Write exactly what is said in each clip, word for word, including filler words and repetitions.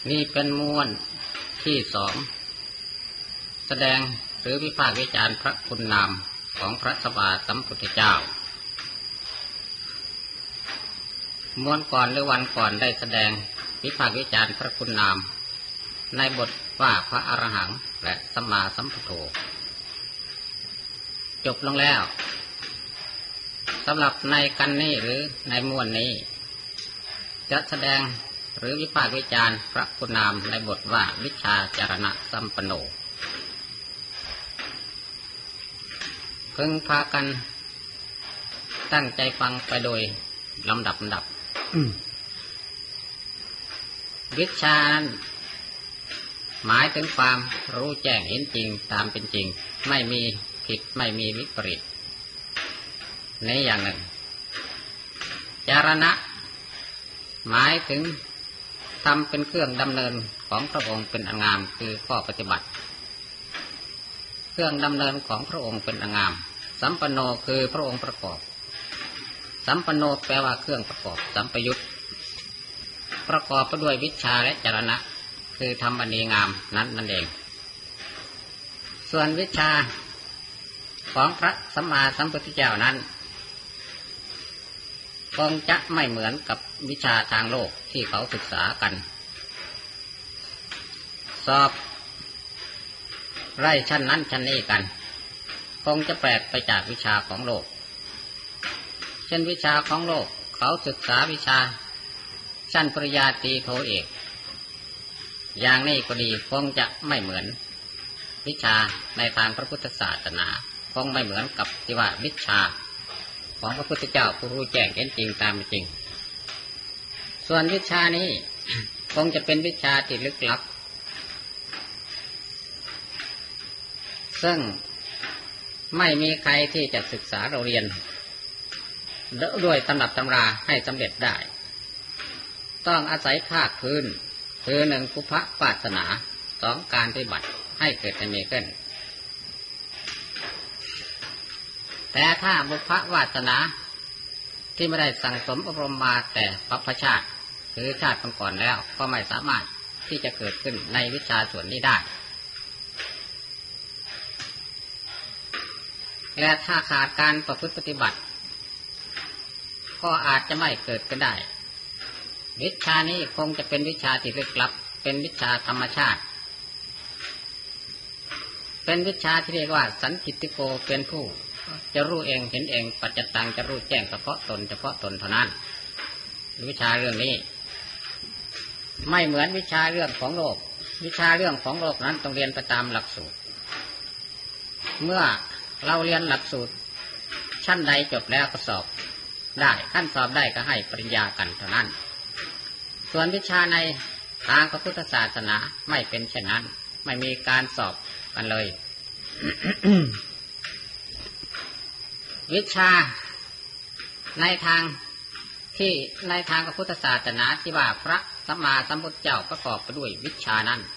นี่เป็นม้วนที่สองแสดงหรือวิพากษ์วิจารณ์พระคุณนามของพระสัมมาสัมพุทธเจ้าม้วนก่อนหรือวันก่อนได้แสดงวิพากษ์วิจารณ์พระคุณนามในบทว่าพระอรหันต์และสัมมาสัมพุทโธจบลงแล้วสำหรับในกันนี้หรือในม้วนนี้จะแสดงหรือวิพากษ์วิจารณ์พระคุณนามในบทว่าวิชชาจารณะสัมปันโนพึงพากันตั้งใจฟังไปโดยลำดับลำดับ วิชชานั้นหมายถึงความรู้แจ้งเห็นจริงตามเป็นจริงไม่มีผิดไม่มีวิปริตในอย่างหนึ่งจารณะหมายถึงทำเป็นเครื่องดำเนินของพระองค์เป็นอันงามคือข้อปฏิบัติเครื่องดำเนินของพระองค์เป็นอันงามสัมปันโนคือพระองค์ประกอบสัมปันโนแปลว่าเครื่องประกอบสัมปยุตประกอบไปด้วยวิชชาและจารณะคือทำอันดีงามนั้นนั่นเองส่วนวิชชาของพระสัมมาสัมพุทธเจ้านั้นคงจะไม่เหมือนกับวิชาทางโลกที่เขาศึกษากันสอบไล่ชั้นนั้นชั้นนี้กันคงจะแปลกไปจากวิชาของโลกเช่นวิชาของโลกเขาศึกษาวิชาชั้นปริญญาตรีโทเอกอย่างนี้ก็ดีคงจะไม่เหมือนวิชาในทางพระพุทธศาสนาคงไม่เหมือนกับที่ว่าวิชาของพระพุทธเจ้าผู้รู้แจ้งเห็นจริงตามเป็นจริงส่วนวิชานี้ คงจะเป็นวิชาที่ลึกลับซึ่งไม่มีใครที่จะศึกษาเราเรียนด้วยตำรับตำราให้สำเร็จได้ต้องอาศัยภาคพื้นคือหนึ่งปุพพวาสนาสองการปฏิบัติให้เกิดให้มีขึ้นแต่ถ้าบุพพวาสนาที่ไม่ได้สั่งสมอบรมมาแต่ปัพพชาติคือชาติก่อนๆแล้วก็ไม่สามารถที่จะเกิดขึ้นในวิชาส่วนนี้ได้และถ้าขาดการประพฤติปฏิบัติก็อาจจะไม่เกิดก็ได้วิชานี้คงจะเป็นวิชาที่ลึกลับเป็นวิชาธรรมชาติเป็นวิชาที่เรียกว่าสันทิฏฐิโกเป็นผู้จะรู้เองเห็นเองปัจจตังจะรู้แจ้งเฉพาะตนเฉพาะตนเท่านั้นวิชาเรื่องนี้ไม่เหมือนวิชาเรื่องของโลกวิชาเรื่องของโลกนั้นต้องเรียนไปตามหลักสูตรเมื่อเราเรียนหลักสูตรชั้นใดจบแล้วก็สอบได้ขั้นสอบได้ก็ให้ปริญญากันเท่านั้นส่วนวิชาในทางพระพุทธศาสนาไม่เป็นเช่นนั้นไม่มีการสอบกันเลย วิชาในทางที่ในทางพระพุทธศาสนาที่ว่าพระสัมมาสัมพุทธเจ้าประกอบไปด้วยวิชานั้น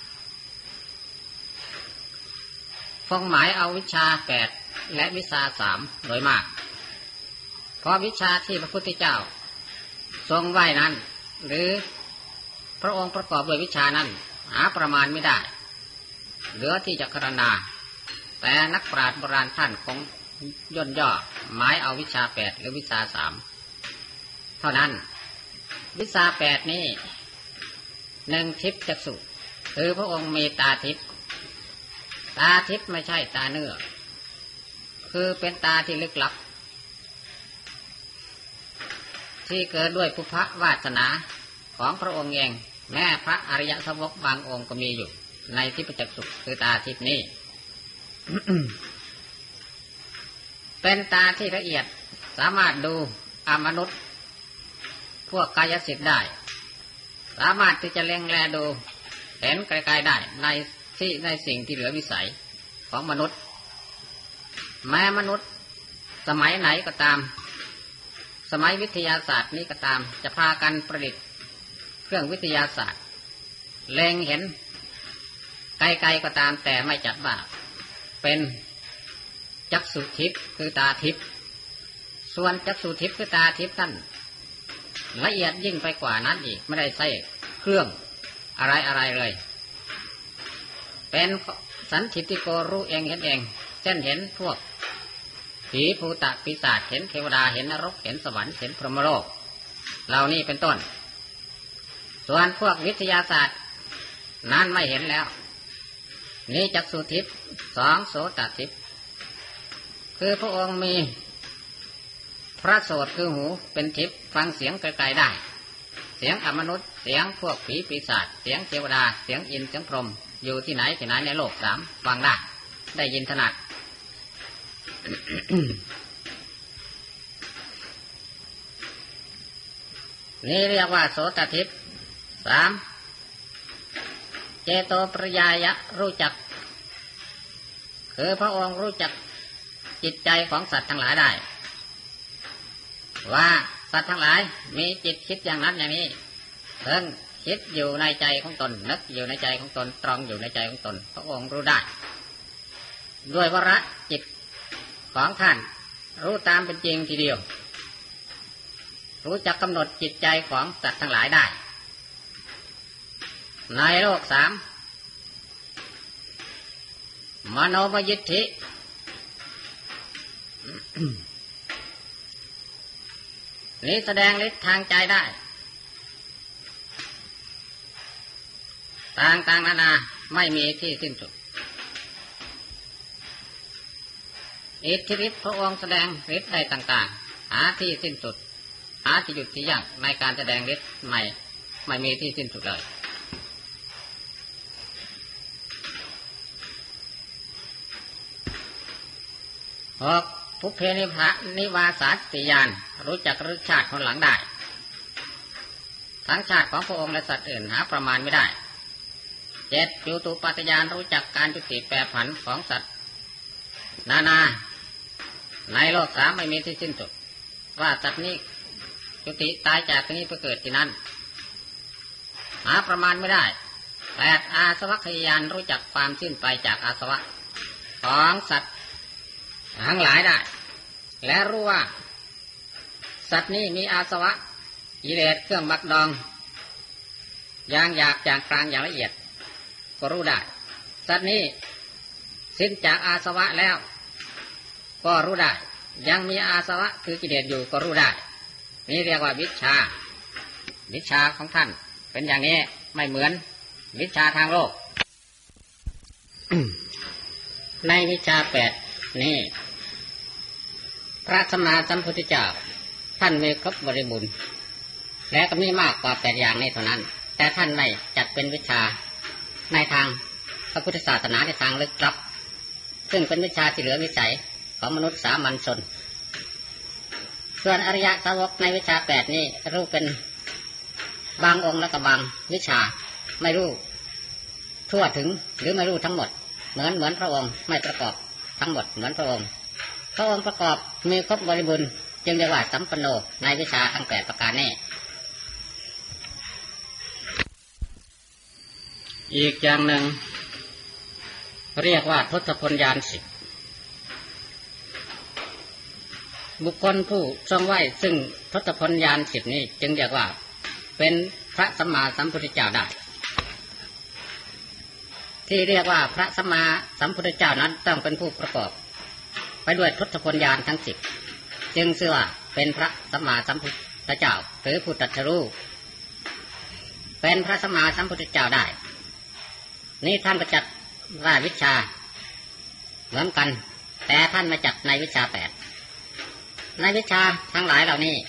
คงหมายเอาวิชาแปดและวิชาสามโดยมากเพราะวิชาที่พระพุทธเจ้าทรงไว้นั้นหรือพระองค์ประกอบด้วยวิชานั้นหาประมาณไม่ได้เหลือที่จะกรณาแต่นักปราชญ์โบราณท่านคงย่นย่อหมายเอาวิชาแปดหรือวิชาสามเท่านั้นวิชาแปดนี้หนึ่งทิพย์จักษุคือพระองค์มีตาทิพย์ตาทิพย์ไม่ใช่ตาเนื้อคือเป็นตาที่ลึกลับที่เกิดด้วยปุพพวาสนาของพระองค์เองแม้พระอริยสาวกบางองค์ก็มีอยู่ในทิพย์จักษุคือตาทิพย์นี้ เป็นตาที่ละเอียดสามารถดูอมนุษย์พวกกายสิทธิ์ได้สามารถที่จะเล็งแลดูเห็นไกลๆได้ในที่ในสิ่งที่เหลือวิสัยของมนุษย์แม้มนุษย์สมัยไหนก็ตามสมัยวิทยาศาสตร์นี้ก็ตามจะพากันประดิษฐ์เครื่องวิทยาศาสตร์เล็งเห็นไกลๆก็ตามแต่ไม่จัดว่าเป็นจักษุทิพย์คือตาทิพย์ส่วนจักษุทิพย์คือตาทิพย์ท่านละเอียดยิ่งไปกว่านั้นอีกไม่ได้ใช้เครื่องอะไรอะไรเลยเป็นสันทิฏฐิโกรู้เองเห็นเองเช่นเห็นพวกผีภูตะปีศาจเห็นเทวดาเห็นนรกเห็นสวรรค์เห็นพรหมโลกเหล่านี้เป็นต้นส่วนพวกวิทยาศาสตร์นั้นไม่เห็นแล้วนี่จักษุทิพย์สองโสตทิพย์คือพระองค์มีพระโสตคือหูเป็นทิพย์ฟังเสียงไกลๆได้เสียงอมนุษย์เสียงพวกผีปีศาจเสียงเทวดาเสียงอินทร์เสียงพรหมอยู่ที่ไหนที่ไหนในโลกสามฟังได้ได้ยินถนัด นี่เรียกว่าโสตทิพย์สามเจโตปริยายะรู้จักคือพระองค์รู้จักจิตใจของสัตว์ทั้งหลายได้ว่าสัตว์ทั้งหลายมีจิตคิดอย่างนั้นอย่างนี้เพิ่งคิดอยู่ในใจของตนนึกอยู่ในใจของตนตรองอยู่ในใจของตนพระองค์รู้ได้ด้วยวรจิตของท่านรู้ตามเป็นจริงทีเดียวรู้จักกำหนดจิตใจของสัตว์ทั้งหลายได้ในโลกสามมโนมยิทธิ นี้แสดงฤทธิ์ทางใจได้ต่างๆนานาไม่มีที่สิ้นสุดอิทธิฤทธิ์พระองค์แสดงฤทธิ์ได้ต่างๆหาที่สิ้นสุดหาที่หยุดที่ยั่งในการแสดงฤทธิ์ไม่ไม่มีที่สิ้นสุดเลยหกภุเพนิภะนิวาสาสติญาณรู้จักรสชาติคนหลังได้ทั้งชาติของพระองค์และสัตว์อื่นหาประมาณไม่ได้เจ็ดจุตูปาตญาณรู้จักการจุติแปรผันของสัตว์นานาในโลกสามไม่มีที่สิ้นสุดว่าสัตว์นี้จุติตายจากที่นี้ไปเกิดที่นั่นหาประมาณไม่ได้แปดอาสวัคยานรู้จักความสิ้นไปจากอาสวะของสัตว์ทั้งหลายได้และรู้ว่าสัตว์นี้มีอาสวะกิเลสเครื่องมักดองอย่างหยาบอย่างกลางอย่างละเอียดก็รู้ได้สัตว์นี้สิ้นจากอาสวะแล้วก็รู้ได้ยังมีอาสวะคือกิเลสอยู่ก็รู้ได้นี่เรียกว่าวิชาวิชาของท่านเป็นอย่างนี้ไม่เหมือนวิชาทางโลก ในวิชาแปดนี่พระสัมมาสัมพุทธเจ้าท่านมีครบบริบูรณ์และก็มีมากกว่าแปดอย่างนี้เท่านั้นแต่ท่านไม่จัดเป็นวิชาในทางพระพุทธศาสนาในทางลึกลับซึ่งเป็นวิชาที่เหลือวิสัยของมนุษย์สามัญชนส่วนอริยสาวกในวิชาแปดนี้รู้เป็นบางองค์และก็บางวิชาไม่รู้ทั่วถึงหรือไม่รู้ทั้งหมดเหมือนเหมือนพระองค์ไม่ประกอบทั้งหมดเหมือนพระองค์พระองค์ประกอบมีครบบริบูรณ์จึงเรียกว่าสัมปันโนในวิชาทั้งแปดประการนี้อีกอย่างหนึ่งเรียกว่าทศพลญาณสิบบุคคลผู้ทรงไหวซึ่งทศพลญาณสิบนี้จึงเรียกว่าเป็นพระสัมมาสัมพุทธเจ้าได้ที่เรียกว่าพระสัมมาสัมพุทธเจ้านั้นต้องเป็นผู้ประกอบไปด้วยทศพลญาณทั้งสิบจึงชื่อว่าเป็นพระสัมมาสัมพุทธเจ้าหรือผู้ตรัสรู้เป็นพระสัมมาสัมพุทธเจ้าได้นี่ท่านประจักษ์ว่าวิชาเหมือนกันแต่ท่านมาจัดในวิชาแปดในวิชาทั้งหลายเหล่านี้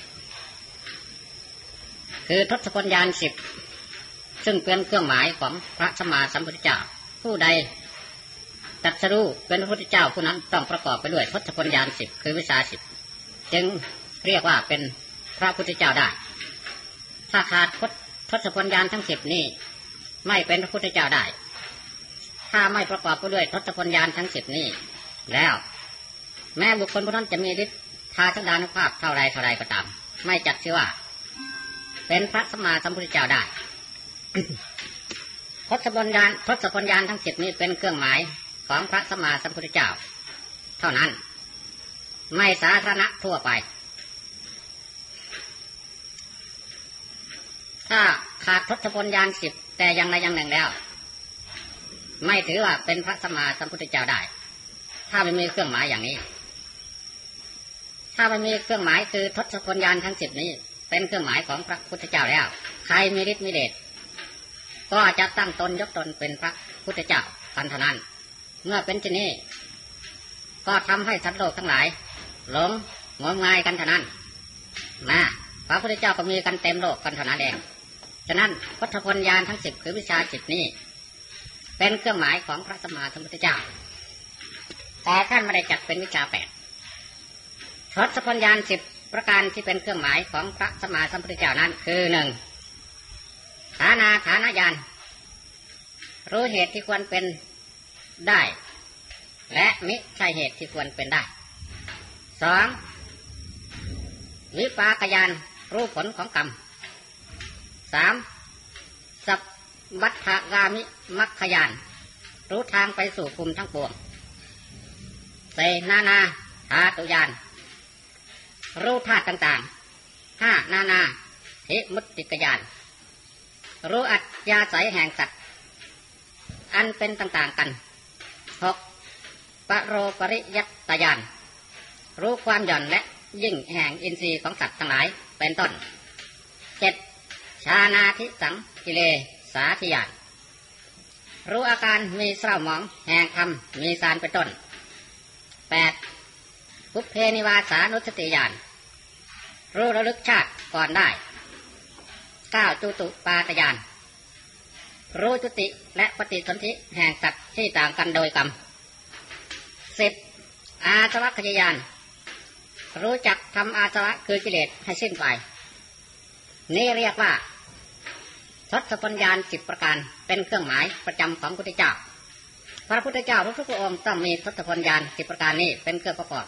คือทศพลญาณสิบซึ่งเป็นเครื่องหมายของพระสัมมาสัมพุทธเจ้าผู้ใดตรัสรู้เป็นพระพุทธเจ้าผู้นั้นต้องประกอบไปด้วยทศพลญาณสิบคือวิชาสิบจึงเรียกว่าเป็นพระพุทธเจ้าได้ถ้าขาดทศพลญาณทั้งสิบนี้ไม่เป็นพระพุทธเจ้าได้ถ้าไม่ประกอบไปด้วยทศพลญาณทั้งสิบนี้แล้วแม้บุคคลผู้นั้นจะมีฤทธิ์ทาสันดานุภาพเท่าไรเท่าไรก็ตามไม่จัดชื่อว่าเป็นพระสัมมาสัมพุทธเจ้าได้ ทศพลญาณทศพลญาณทั้งสิบนี้เป็นเครื่องหมายของพระสัมมาสัมพุทธเจ้าเท่านั้นไม่สาธารณะทั่วไปถ้าขาดทศพลญาณสิบแต่อย่างใดอย่างหนึ่งแล้วไม่ถือว่าเป็นพระสัมมาสัมพุทธเจ้าได้ถ้าไม่มีเครื่องหมายอย่างนี้ถ้าไม่มีเครื่องหมายคือทศพลญาณทั้งสิบนี้เป็นเครื่องหมายของพระพุทธเจ้าแล้วใครมีฤทธิ์มีเดชก็จะตั้งตนยกตนเป็นพระพุทธเจ้ากันเท่านั้นเมื่อเป็นเช่นนี้ก็ทำให้สัตว์โลกทั้งหลายหลงงมงายกันเท่านั้นนะพระพุทธเจ้าก็มีกันเต็มโลกกันเท่านั้นเองฉะนั้นทศพลญาณทั้งสิบคือวิชาจิตนี้เป็นเครื่องหมายของพระสัมมาสัมพุทธเจ้าแต่ท่านไม่ได้จัดเป็นวิชาแปดทศพลญาณสิบประการที่เป็นเครื่องหมายของพระสัมมาสัมพุทธเจ้านั้นคือหนึ่งฐานาฐานญาณรู้เหตุที่ควรเป็นได้และมิใช่เหตุที่ควรเป็นได้สองวิปากญาณรู้ผลของกรรมสามสัพวัฏฐกามิมัคคญาณรู้ทางไปสู่ภูมิทั้งปวงสี่นานาธาตุญาณรู้ธาตุต่างๆห้านานาทิมุตติกญาณรู้อัจฉริแห่งสัตว์อันเป็นต่างๆกันหกปโรปริยัตญาณรู้ความหย่อนและยิ่งแห่งอินทรีย์ของสัตว์ทั้งหลายเป็นต้นเจ็ดชานาทิสังกิเลสาธิญาณรู้อาการมีเศร้าหมองแห่งธรรมมีสารเป็นต้นแปดปุพเพนิวาสานุสติญาณรู้ระลึกชาติก่อนได้เก้าจุตุปาตญาณรู้จุติและปฏิสนธิแห่งสัตว์ที่ต่างกันโดยกรรมสิบอาสวัคคยญาณรู้จักทำอาสวะคือกิเลสให้สิ้นไปนี่เรียกว่าทศพลญาณสิบประการเป็นเครื่องหมายประจำของพระพุทธเจ้าพระพุทธเจ้าทุกพระองค์ต้องมีทศพลญาณสิบประการนี้เป็นเครื่องประกอบ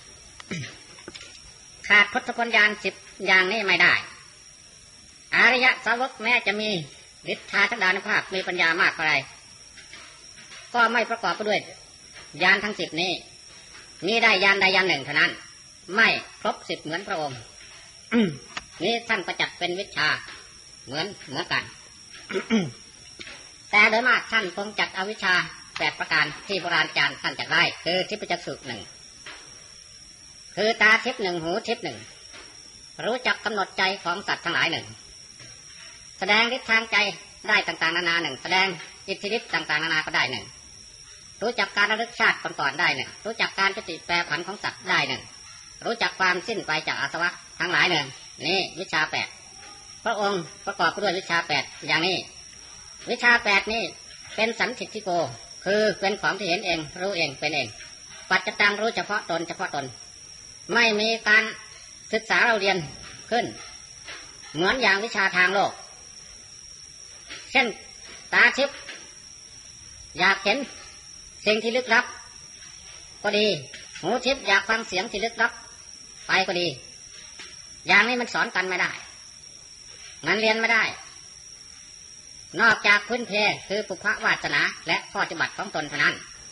ขาดทศพลญาณสิบอย่างนี้ไม่ได้อริยสาวกแม้จะมีฤทธาทักษะนุภาพมีปัญญามากเท่าไรก็ไม่ประกอบไปด้วยญาณทั้งสิบนี้มีได้ญาณใดญาณหนึ่งเท่านั้นไม่ครบสิบเหมือนพระองค์ นี้ท่านประจักษ์เป็นวิชาเหมือนเหมือนกัน แต่โดยมากท่านคงจัดเอาวิชาแปดประการที่โบราณอาจารย์ท่านจัดได้คือทิพจักษุหนึ่งคือตาทิพหนึ่งหูทิพหนึ่งรู้จักกำหนดใจของสัตว์ทั้งหลายหนึ่งแสดงฤทธิ์ทางใจได้ต่างๆนานาหนึ่งแสดงอิทธิฤทธิ์ต่างๆนานาก็ได้หนึ่งรู้จักการระลึกชาติก่อนๆได้หนึ่งรู้จักการปฏิแปรผันของสัตว์ได้หนึ่งรู้จักความสิ้นไปจากอาสวะทั้งหลายหนึ่งนี่วิชาแปดพระองค์ประกอบด้วยวิชาแปดอย่างนี้วิชาแปดนี้เป็นสันทิฏฐิโกคือเป็นของที่เห็นเองรู้เองเป็นเองปัจจตังรู้เฉพาะตนเฉพาะตนไม่มีการศึกษาเราเรียนขึ้นเหมือนอย่างวิชาทางโลกเช่นตาทิพย์อยากเห็นสิ่งที่ลึกลับก็ดีหูทิพย์อยากฟังเสียงที่ลึกลับไปก็ดีอย่างนี้มันสอนกันไม่ได้มันเรียนไม่ได้นอกจากพื้นเพคือปุพพวาสนาและข้อปฏิบัติของตนเท่านั้น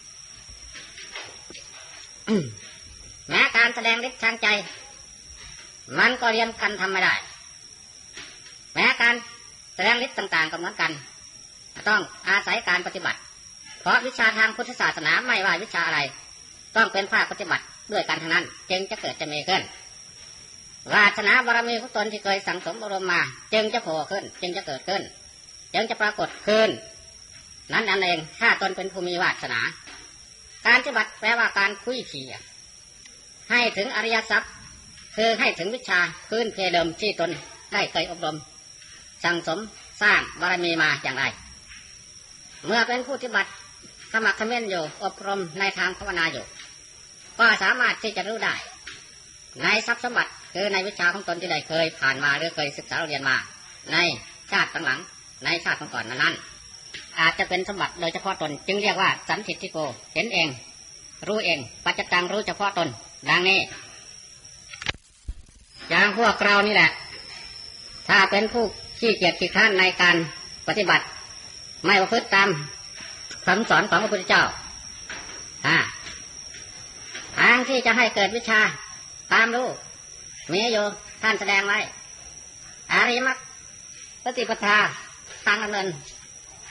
แม้การแสดงฤทธิ์ทางใจมันก็เรียนกันทำไม่ได้แม้การแสดงฤทธิ์ต่างๆก็เหมือนกันต้องอาศัยการปฏิบัติเพราะวิชาทางพุทธศาสนาไม่ว่าวิชาอะไรต้องเป็นภาคปฏิบัติด้วยกันทั้งนั้นจึงจะเกิดจะมีขึ้นวาสนาบารมีของตนที่เคยสั่งสมอบรมมาจึงจะโผล่ขึ้นจึงจะเกิดขึ้นจึงจะปรากฏขึ้นนั้นนั่นเองถ้าตนเป็นผู้มีวาสนาการปฏิบัติแปลว่าการคุยเขี่ยให้ถึงอริยทรัพย์คือให้ถึงวิชาพื้นเพเดิมที่ตนได้เคยอบรมสั่งสมสร้างบารมีมาอย่างไรเมื่อเป็นผู้ปฏิบัติขมักเขม้นอยู่อบรมในทางภาวนาอยู่ก็สามารถที่จะรู้ได้ในทรัพย์สมบัติคือในวิชาของตนที่ได้เคยผ่านมาหรือเคยศึกษาเรียนมาในชาติหลังในชาติก่อนนั้นอาจจะเป็นสมบัติโดยเฉพาะตนจึงเรียกว่าสันทิฏฐิโกเห็นเองรู้เองปัจจตังรู้เฉพาะตนดังนี้อย่างพวกเรานี่แหละถ้าเป็นผู้ขี้เกียจขี้คร้านในการปฏิบัติไม่ประพฤติตามคำสอนของพระพุทธเจ้าทางที่จะให้เกิดวิชาตามรู้มีอยู่ท่านแสดงไว้อริยมรรคปฏิปทาทางดำเนิน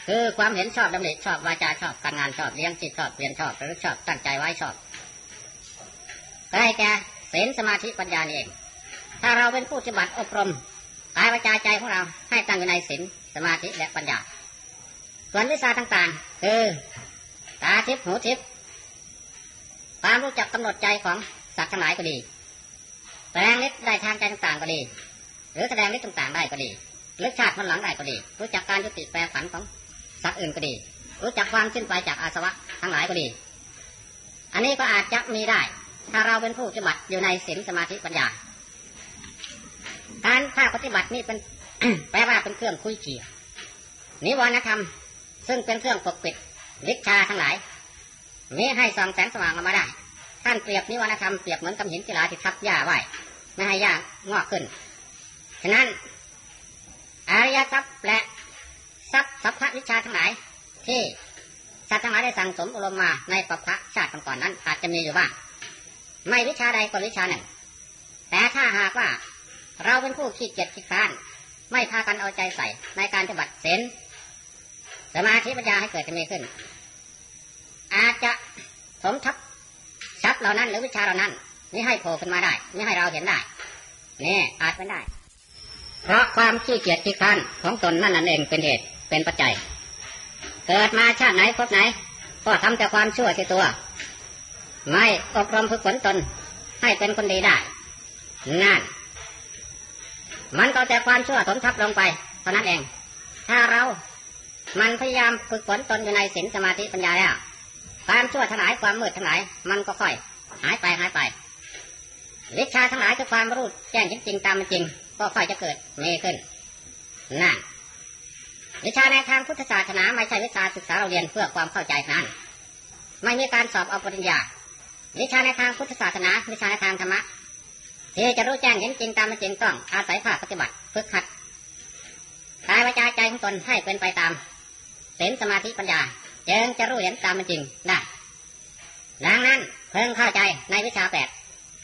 คือความเห็นชอบดำริชอบวาจาชอบการงานชอบเลี้ยงจิตชอบเรียนชอบประพฤติชอบตั้งใจไว้ชอบก็ให้แก่ศีลสมาธิปัญญานี่เองถ้าเราเป็นผู้ปฏิบัติอบรมกายวาจาใจของเราให้ตั้งอยู่ในศีลสมาธิและปัญญาส่วนวิชาต่างๆคือตาทิพย์หูทิพย์ความรู้จักกำหนดใจของสัตว์ทั้งหลายก็ดีแสดงฤทธิ์ได้ทางใจต่างๆก็ดีหรือแสดงฤทธิ์ต่างๆได้ก็ดีลึกชาติผลหลังได้ก็ดีรู้จักการยุติแปรผันของสัตว์อื่นก็ดีรู้จักความสิ้นไปจากอาสวะทั้งหลายก็ดีอันนี้ก็อาจจะมีได้ถ้าเราเป็นผู้ปฏิบัติอยู่ในศีลสมาธิปัญญาการถ้าปฏิบัตินี่เป็น แปลว่าเป็นเครื่องคุยเขี่ยนิวรณธรรมซึ่งเป็นเครื่องปกปิดวิชาทั้งหลายนี้ให้ส่องแสงสว่างออกมาได้ท่านเปรียบนิวรณธรรมเปรียบเหมือนกับหินศิลาที่ทับหญ้าไว้ไม่ให้หญ้างอกขึ้นฉะนั้นอริยทรัพย์และทรัพย์สัพพะวิชาทั้งหลายที่สัตว์ทั้งหลายได้สั่งสมอบรมมาในปัพพะชาติก่อนๆนั้นอาจจะมีอยู่บ้างไม่วิชาใดก็วิชาหนึ่งแต่ถ้าหากว่าเราเป็นผู้ขี้เกียจขี้คร้านไม่พากันเอาใจใส่ในการปฏิบัติศีลสมาธิปัญญาให้เกิดจะมีขึ้นอาจจะสมทบทรัพย์เหล่านั้นหรือวิชาเหล่านั้นนี่ให้โผล่ขึ้นมาได้นี่ให้เราเห็นได้นี่อาจเป็นได้เพราะความขี้เกียจขี้คร้านของตนนั่นนั่นเองเป็นเหตุเป็นปัจจัยเกิดมาชาติไหนพบไหนก็ทำแต่ความชั่วที่ตัวไม่อบรมฝึกฝนตนให้เป็นคนดีได้นั่นมันก็แต่ความชั่วถมทับลงไปเท่านั้นเองถ้าเรามันพยายามฝึกฝนตนอยู่ในศีลสมาธิปัญญาแล้วความชั่วทั้งหลายความมืดทั้งหลายมันก็ค่อยหายไปหายไปวิชาทั้งหลายคือความรู้แจ้งจริงๆตามมันจริงก็ค่อยจะเกิดมีขึ้นนั่นวิชาในทางพุทธศาสนาไม่ใช่วิชาศึกษาเราเรียนเพื่อความเข้าใจนั้นไม่มีการสอบเอาปริญญาวิชาในทางพุทธศาสนาวิชาในทางธรรมะที่จะรู้แจ้งเห็นจริงตามมันจริงต้องอาศัยภาคปฏิบัติฝึกหัดกายวาจาใจของตนให้เป็นไปตามศีลสมาธิปัญญาจึงจะรู้เห็นตามมันจริงได้ดังนั้นเพิ่งเข้าใจในวิชาแปด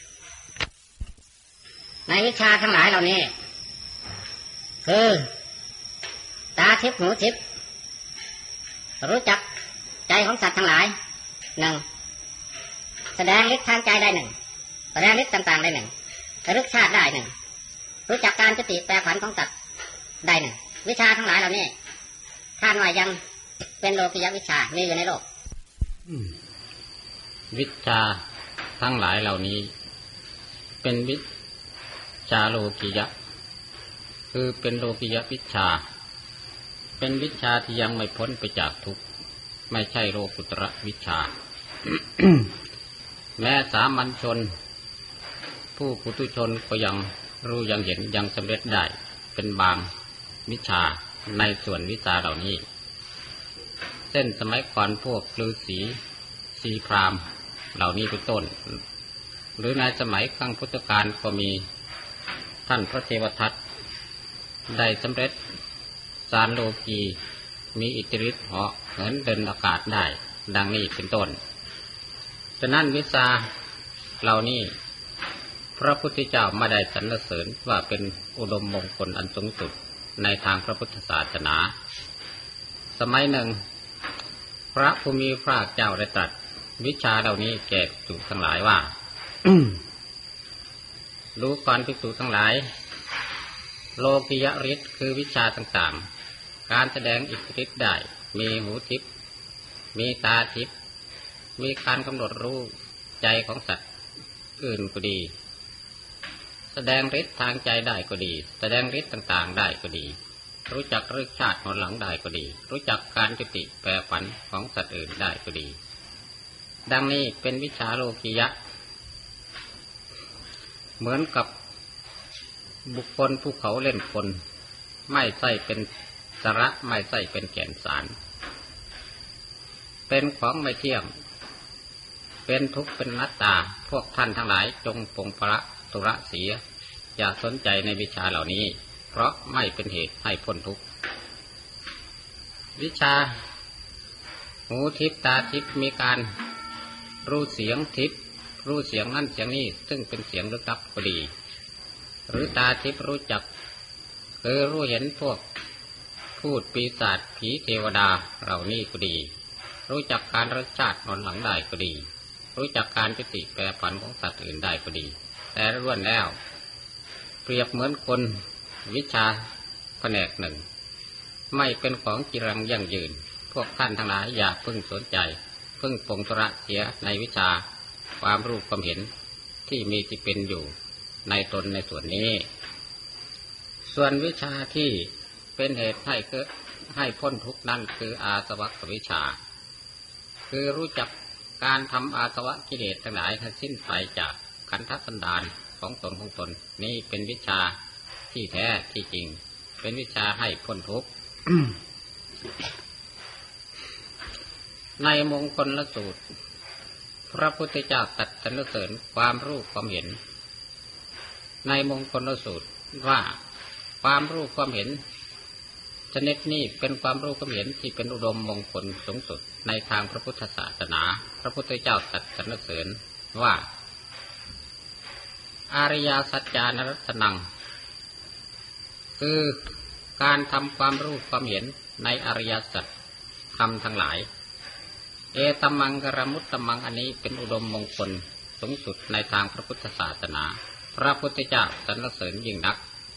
ในวิชาทั้งหลายเหล่านี้คือตาทิพย์หูทิพย์รู้จักใจของสัตว์ทั้งหลายหนึ่งแสดงฤทธิ์ทางใจได้หนึ่งแสดงฤทธิ์ต่างๆได้หนึ่งระลึกชาติได้หนึ่งรู้จักการจุติแปรผันของสัตว์ได้หนึ่งวิชาทั้งหลายเหล่านี้ท่านว่ายังเป็นโลกิยวิชามีอยู่ในโลกวิชาทั้งหลายเหล่านี้เป็นวิชาโลกิยะคือเป็นโลกิยวิชาเป็นวิชาที่ยังไม่พ้นไปจากทุกข์ไม่ใช่โลกุตระวิชา แม้สามัญชนผู้ปุถุชนก็ยังรู้ยังเห็นยังสำเร็จได้เป็นบางวิชาในส่วนวิชาเหล่านี้เช่นสมัยก่อนพวกฤาษีชีพราหมณ์เหล่านี้เป็นต้นหรือในสมัยครั้งพุทธกาลก็มีท่านพระเทวทัตได้สำเร็จสารโลกีมีอิทธิฤทธิ์เหาะเหินเดินอากาศได้ดังนี้เป็นต้นฉะนั้นวิชาเหล่านี้พระพุทธเจ้าไม่ได้สรรเสริญว่าเป็นอุดมมงคลอันสูงสุดในทางพระพุทธศาสนาสมัยหนึ่งพระผู้มีพระเจ้าได้ตรัสวิชาเหล่านี้แก่ภิกษุทั้งหลายว่า รู้ก่อนภิกษุทั้งหลายโลกิยฤทธิ์คือวิชาต่างๆการแสดงอิทธิฤทธิ์ได้มีหูทิพย์มีตาทิพย์มีการกำหนดรู้ใจของสัตว์อื่นก็ดีแสดงฤทธิ์ทางใจได้ก็ดีแสดงฤทธิ์ต่างๆได้ก็ดีรู้จักเรื่องชาติหนหลังได้ก็ดีรู้จักการจุติแปรผันของสัตว์อื่นได้ก็ดีดังนี้เป็นวิชาโลกิยะเหมือนกับบุคคลภูเขาเล่นคนไม่ใช่เป็นสาระไม่ใช่เป็นแก่นสารเป็นของไม่เที่ยงเป็นทุกข์เป็นอนัตตาพวกท่านทั้งหลายจงปรงประตุระเสียอย่าสนใจในวิชาเหล่านี้เพราะไม่เป็นเหตุให้พ้นทุกข์วิชาหูทิพตาทิพมีการรู้เสียงทิพรู้เสียงนั่นเสียงนี้ซึ่งเป็นเสียงลึกลับก็ดีหรือตาทิพรู้จักคือรู้เห็นพวกพูดปีศาจผีเทวดาเหล่านี้ก็ดีรู้จักการรักชาตินอนหลังได้ก็ดีรู้จักการจุติแปรผันของสัตว์อื่นได้ก็ดีแต่ล้วนแล้วเปรียบเหมือนคนวิชาแผนกหนึ่งไม่เป็นของจีรังยั่งยืนพวกท่านทั้งหลายอย่าเพิ่งสนใจเพิ่งปรงธุระเสียในวิชาความรู้ความเห็นที่มีที่เป็นอยู่ในตนในส่วนนี้ส่วนวิชาที่เป็นเหตุให้เกิดให้พ้นทุกข์นั่นคืออาสวัควิชาคือรู้จักการทำอาสวะกิเลสทั้งหลายให้สิ้นไปจากขันธสันดานของตนของตนนี่เป็นวิชาที่แท้ที่จริงเป็นวิชาให้พ้นทุกข์ ในมงคลละสูตรพระพุทธเจ้าตรัสสรรเสริญความรู้ความเห็นในมงคลละสูตรว่าความรู้ความเห็นชนิดนี้เป็นความรู้ความเห็นที่เป็นอุดมมงคลสูงสุดในทางพระพุทธศาสนาพระพุทธเจ้าตรัสสรรเสริญว่าอริยสัจจานรัตนังคือการทำความรู้ความเห็นในอริยสัจธรรมทั้งหลายเอตัมมังกรมุตตมังอันนี้เป็นอุดมมงคลสูงสุดในทางพระพุทธศาสนาพระพุทธเจ้าสรรเสริญยิ่งนัก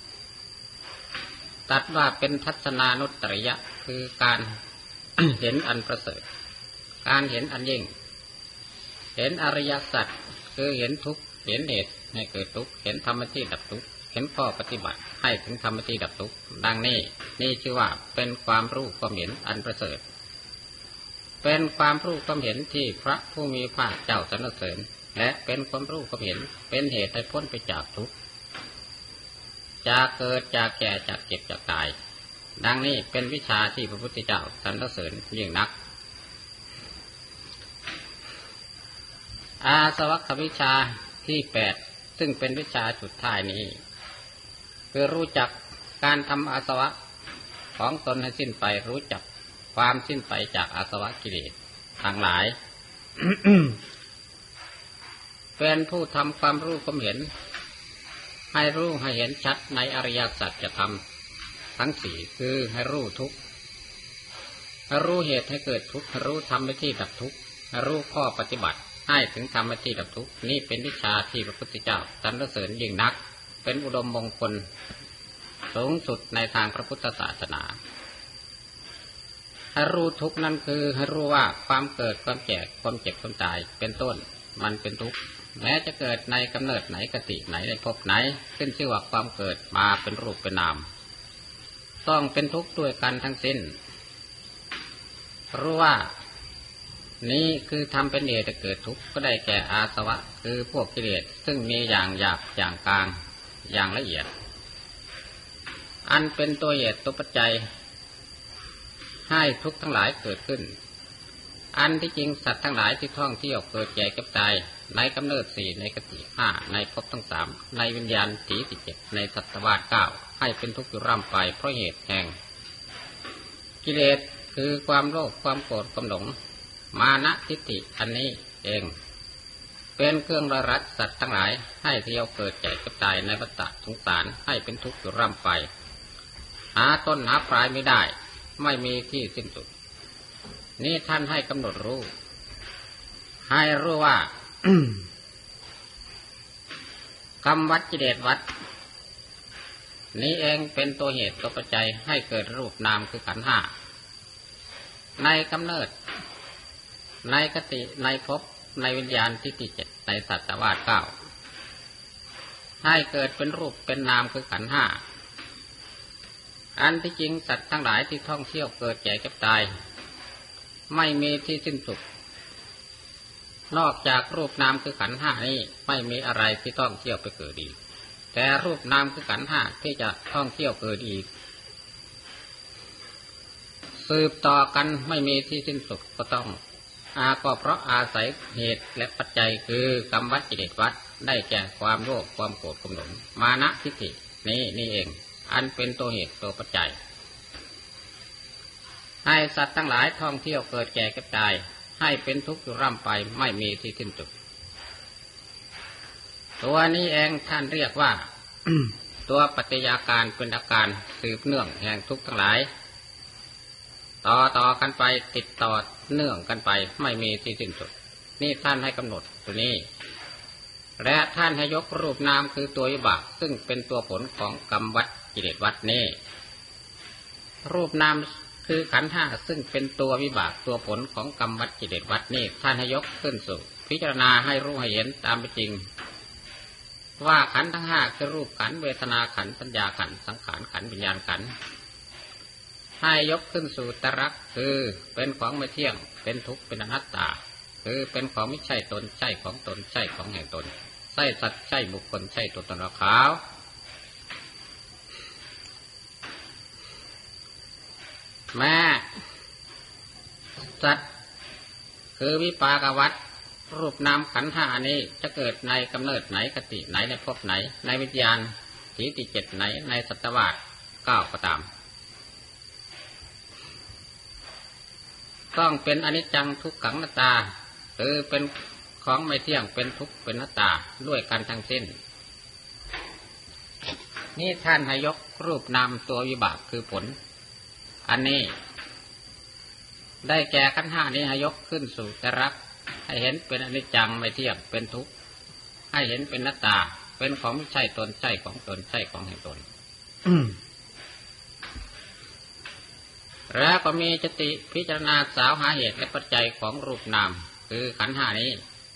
ตรัสว่าเป็นทัศนานุตตริยะคือการ เห็นอันประเสริฐการเห็นอันยิ่งเห็นอริยสัจคือเห็นทุกข์เห็นเหตุให้เกิดทุกข์เห็นธรรมที่ดับทุกข์เห็นข้อปฏิบัติให้ถึงธรรมที่ดับทุกข์ดังนี้นี่ชื่อว่าเป็นความรู้ความเห็นอันประเสริฐเป็นความรู้ความเห็นที่พระผู้มีพระเจ้าสรรเสริญและเป็นความรู้ความเห็นเป็นเหตุให้พ้นไปจากทุกข์จากเกิดจากแก่จากเจ็บจากตายดังนี้เป็นวิชาที่พระพุทธเจ้าสรรเสริญยิ่งนักอาสวัควิชาที่แปดซึ่งเป็นวิชาสุดท้ายนี้คือรู้จักการทำอาสวะของตนให้สิ้นไปรู้จักความสิ้นไปจากอาสวะกิเลสทั้งหลาย เป็นผู้ทำความรู้ความเห็นให้รู้ให้เห็นชัดในอริยสัจธรรมทั้งสี่คือให้รู้ทุกข์ให้รู้เหตุให้เกิดทุกข์ให้รู้ธรรมที่ดับทุกข์ให้รู้ข้อปฏิบัติให้ถึงธรรมที่ดับทุกข์นี่เป็นวิชาที่พระพุทธเจ้าสรรเสริญยิ่งนักเป็นอุดมมงคลสูงสุดในทางพระพุทธศาสนาให้รู้ทุกข์นั่นคือให้รู้ว่าความเกิดความแก่ความเจ็บความตายเป็นต้นมันเป็นทุกข์แม้จะเกิดในกำเนิดไหนกติไหนในภพไหนขึ้นชื่อว่าความเกิดมาเป็นรูปเป็นนามต้องเป็นทุกข์ด้วยกันทั้งสิ้นรู้ว่านี้คือทำเป็นเหตุเกิดทุกข์ก็ได้แก่อาสวะคือพวกกิเลสซึ่งมีอย่างหยาบอย่างกลางอย่างละเอียดอันเป็นตัวเหตุตัวปัจจัยให้ทุกข์ทั้งหลายเกิดขึ้นอันที่จริงสัตว์ทั้งหลายที่ท่องเที่ยวเกิดแก่เก็บตายในกำเนิดสี่ในกติห้าในภพทั้งสามในวิญญาณสีสิบเจ็ดในสัตวาสเก้าให้เป็นทุกข์อยู่ร่ำไปเพราะเหตุแห่งกิเลสคือความโลภความโกรธความหลงมานะทิฏฐิอันนี้เองเป็นเครื่องระรัดสัตว์ทั้งหลายให้เที่ยวเกิดแก่เก็บตายในวัฏฏะสงสารให้เป็นทุกข์อยู่ร่ำไปหาต้นหาปลายไม่ได้ไม่มีที่สิ้นสุดนี่ท่านให้กำหนดรู้ให้รู้ว่า กรรมวัฏกิเลสวัฏนี้เองเป็นตัวเหตุตัวปัจจัยให้เกิดรูปนามคือขันธ์ห้าในกำเนิดในกติในภพในวิญญาณที่ที่เจ็ดในสัตวาสเก้าให้เกิดเป็นรูปเป็นนามคือขันธ์ห้าอันที่จริงสัตว์ทั้งหลายที่ท่องเที่ยวเกิดแก่เก็บตายไม่มีที่สิ้นสุดนอกจากรูปนามคือขันธ์ห้านี้ไม่มีอะไรที่ต้องเที่ยวไปเกิดอีกแต่รูปนามคือขันธ์ห้าที่จะท่องเที่ยวเกิดอีกสืบต่อกันไม่มีที่สิ้นสุดก็ต้องอาก็เพราะอาศัยเหตุและปัจจัยคือกรรมวัฏกิเลสวัฏได้แก่ความโลภความโกรธความหลงมานะทิฏฐินี้นี่เองอันเป็นตัวเหตุตัวปัจจัยให้สัตว์ทั้งหลายท่องเที่ยวเกิดแก่เก็บตายให้เป็นทุกข์อยู่ร่ำไปไม่มีที่สิ้นสุดตัวนี้เองท่านเรียกว่า ตัวปัจจัยาการเป็นอาการสืบเนื่องแห่งทุกข์ทั้งหลายต่อต่อกันไปติดต่อเนื่องกันไปไม่มีที่สิ้นสุดนี่ท่านให้กำหนดตัวนี้และท่านให้ยกรูปนามคือตัววิบากซึ่งเป็นตัวผลของกรรมวัฏกิเลสวัฏนี้รูปนามคือขันธ์ห้าซึ่งเป็นตัววิบากตัวผลของกรรมวัฏกิเลสวัฏนี้ท่านให้ยกขึ้นสู่พิจารณาให้รู้ให้เห็นตามเป็นจริงว่าขันธ์ทั้งห้าคือรูปขันธ์เวทนาขันธ์สัญญาขันธ์สังขารขันธ์วิญญาณขันธ์ให้ยกขึ้นสู่ตรักคือเป็นของไม่เที่ยงเป็นทุกข์เป็นอนัตตาคือเป็นของไม่ใช่ตนใช่ของตนใช่ของแห่งตนใช่สัตว์ใช่บุคคลใช่ตัวตนเราเขาแม่สัตว์คือวิปากวัฏรูปนามขันธ์ห้านี้จะเกิดในกำเนิดไหนกติไหนในภพไหนในวิญญาณถีติเจ็ดไหนในสัตวาสเก้าก็ตามต้องเป็นอนิจจังทุกขังอนัตตาคือเป็นของไม่เที่ยงเป็นทุกข์เป็นอนัตตาด้วยกันทั้งสิ้นนี่ท่านให้ยกรูปนามตัววิบากคือผลอันนี้ได้แก่ขันธ์ห้านี้ให้ยกขึ้นสู่ไตรลักษณ์ให้เห็นเป็นอนิจจังไม่เที่ยงเป็นทุกข์ให้เห็นเป็นอนัตตาเป็นของไม่ใช่ตนใช่ของตนใช่ของแห่งตน แล้วก็มีสติพิจารณาสาวหาเหตุและปัจจัยของรูปนามคือขันธ์ห้านี้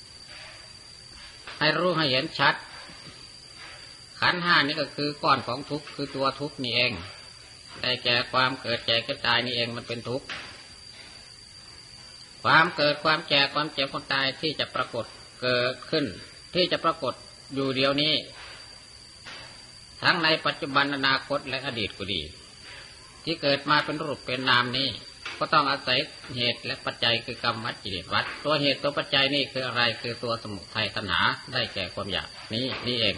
ให้รู้ให้เห็นชัดขันธ์ห้านี้ก็คือก้อนของทุกข์คือตัวทุกข์นี่เองได้แก่ความเกิดแก่เก็บตายนี่เองมันเป็นทุกข์ความเกิดความแก่ความเจ็บความตายที่จะปรากฏเกิดขึ้นที่จะปรากฏอยู่เดียวนี้ทั้งในปัจจุบันอนาคตและอดีตก็ดีที่เกิดมาเป็นรูปเป็นนามนี้ก็ต้องอาศัยเหตุและปัจจัยคือกรรมวัฏกิเลสวัฏตัวเหตุตัวปัจจัยนี่คืออะไรคือตัวสมุทัยตัณหาได้แก่ความอยากนี้นี่เอง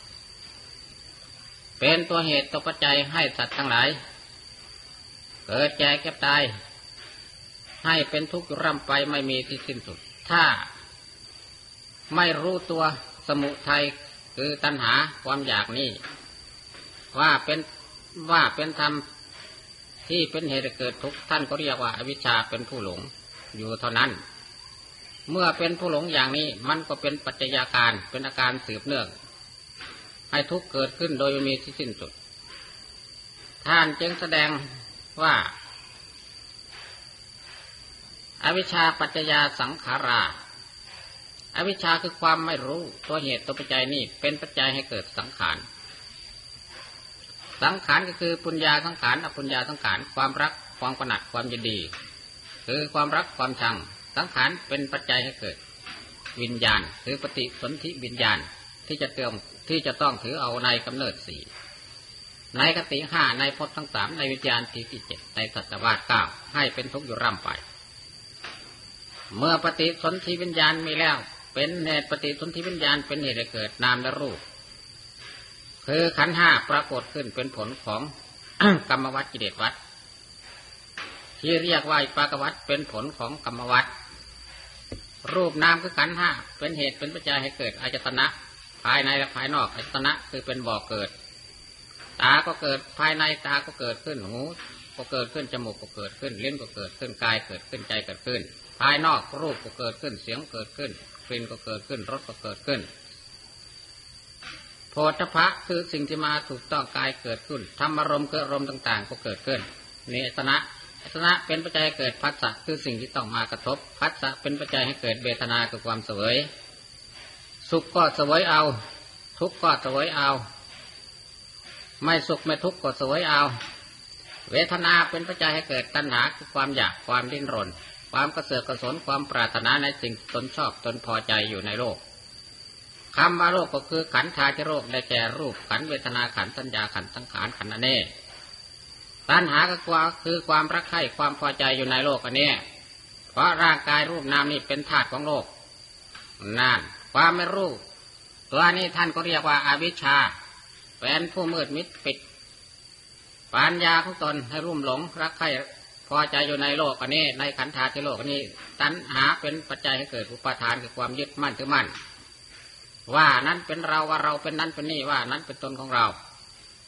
เป็นตัวเหตุตัวปัจจัยให้สัตว์ทั้งหลายเกิดแก่เก็บตายให้เป็นทุกข์ร่ำไปไม่มีที่สิ้นสุดถ้าไม่รู้ตัวสมุทัยคือตัณหาความอยากนี้ว่าเป็นว่าเป็นธรรมที่เป็นเหตุให้เกิดทุกข์ท่านก็เรียกว่าอวิชชาเป็นผู้หลงอยู่เท่านั้นเมื่อเป็นผู้หลงอย่างนี้มันก็เป็นปัจจัยาการเป็นอาการสืบเนื่องให้ทุกข์เกิดขึ้นโดยไม่มีที่สิ้นสุดท่านจึงแสดงว่าอวิชชาปัจจยาสังขาราอวิชชาคือความไม่รู้ตัวเหตุตัวปัจจัยนี่เป็นปัจจัยให้เกิดสังขารสังขารก็คือปุญญาสังขารอปุญญาสังขารความรักความกำหนัดความยินดีคือความรักความชังสังขารเป็นปัจจัยให้เกิดวิญญาณคือปฏิสนธิวิญญาณที่จะเติมที่จะต้องถือเอาในกำเนิดสี่ในกติห้าในภพทั้งสามในวิญญาณที่ที่เจ็ดในสัตวาสเก้าให้เป็นทุกข์อยู่ร่ำไปเมื่อปฏิสนธิวิญญาณมีแล้วเป็นเหตุปฏิสนธิวิญญาณเป็นเหตุให้เกิดนามและรูปคือขันธ์ห้าปรากฏขึ้นเป็นผลของ กรรมวัฏกิเลสวัฏที่เรียกว่าวิปากวัฏเป็นผลของกรรมวัฏรูปนามคือขันธ์ห้าเป็นเหตุเป็นปัจจัยให้เกิดอายตนะภายในและภายนอกอายตนะคือเป็นบ่อเกิดตาก็เกิดภายในตาก็เกิดขึ้นหูก็เกิดขึ้นจมูกก็เกิดขึ้นลิ้นก็เกิดขึ้นกายเกิดขึ้นใจเกิดขึ้นภายนอกรูปก็เกิดขึ้นเสียงเกิดขึ้นกลิ่นก็เกิดขึ้นรสก็เกิดขึ้นโผฏฐัพพะคือสิ่งที่มาถูกต้องกายเกิดขึ้นธรรมารมณ์คืออารมณ์ต่างๆก็เกิดขึ้นนี่อายตนะอายตนะเป็นปัจจัยให้เกิดผัสสะคือสิ่งที่ต้องมากระทบผัสสะเป็นปัจจัยให้เกิดเวทนาคือความเสวยสุขก็เสวยเอาทุกข์ก็เสวยเอาไม่สุขไม่ทุกข์ก็เสวยเอาเวทนาเป็นปัจจัยให้เกิดตัณหาคือความอยากความดิ้นรนความกระเสือกกระสนความปรารถนาในสิ่งตนชอบตนพอใจอยู่ในโลกคำว่าโลกก็คือขันธ์ธาตุโลกได้แก่รูปขันธ์เวทนาขันธ์สัญญาขันธ์สังขารขันธ์อันนี้ตัณหาก็คือความรักใคร่ความพอใจอยู่ในโลกอันนี้เพราะร่างกายรูปนามนี่เป็นธาตุของโลกนั่นความไม่รู้ตัวนี้ท่านก็เรียกว่าอวิชชาเป็นผู้มืดมิดปิดปัญญาของตนให้รุ่มหลงรักใคร่พอใจอยู่ในโลกอันนี้ในขันธ์ธาตุโลกอันนี้ตัณหาเป็นปัจจัยให้เกิดอุปาทานคือความยึดมั่นถือมั่นว่านั้นเป็นเราว่าเราเป็นนั้นเป็นนี่ว่านั้นเป็นตนของเรา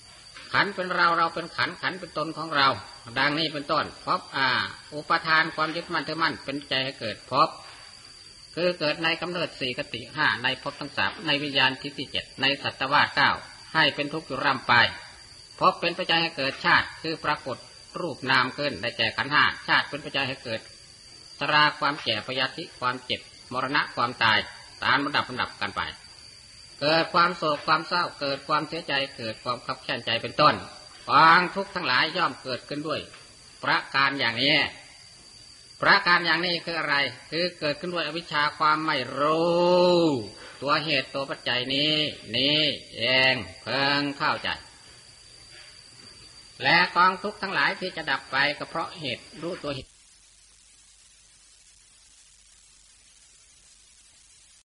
ขันเป็นเราเราเป็นขันขันเป็นตนของเราดังนี้เป็นต้นพบอ่าอุปทานความยึดมั่นถือมั่นเป็นใจให้เกิดพบคือเกิดในกำเนิดสี่กติห้าในภพทั้งสามในวิญญาณทิฏฐิเจ็ดในสัตวาสเก้าให้เป็นทุกข์อยู่ร่ำไปพบเป็นปัจจัยให้เกิดชาติคือปรากฏรูปนามขึ้นได้แก่ขันธ์ห้าชาติเป็นปัจจัยให้เกิดชราความแก่พยาธิความเจ็บมรณะความตายตามลำดับลำดับกันไปเกิดความโศกความเศร้าเกิดความเสียใจเกิดความขับแค้นใจเป็นต้นความทุกข์ทั้งหลายย่อมเกิดขึ้นด้วยประการอย่างนี้ประการอย่างนี้คืออะไรคือเกิดขึ้นด้วยอวิชชาความไม่รู้ตัวเหตุตัวปัจจัยนี้นี่เองเพิ่งเข้าใจและกองทุกข์ทั้งหลายที่จะดับไปก็เพราะเหตุรู้ตัวเหตุ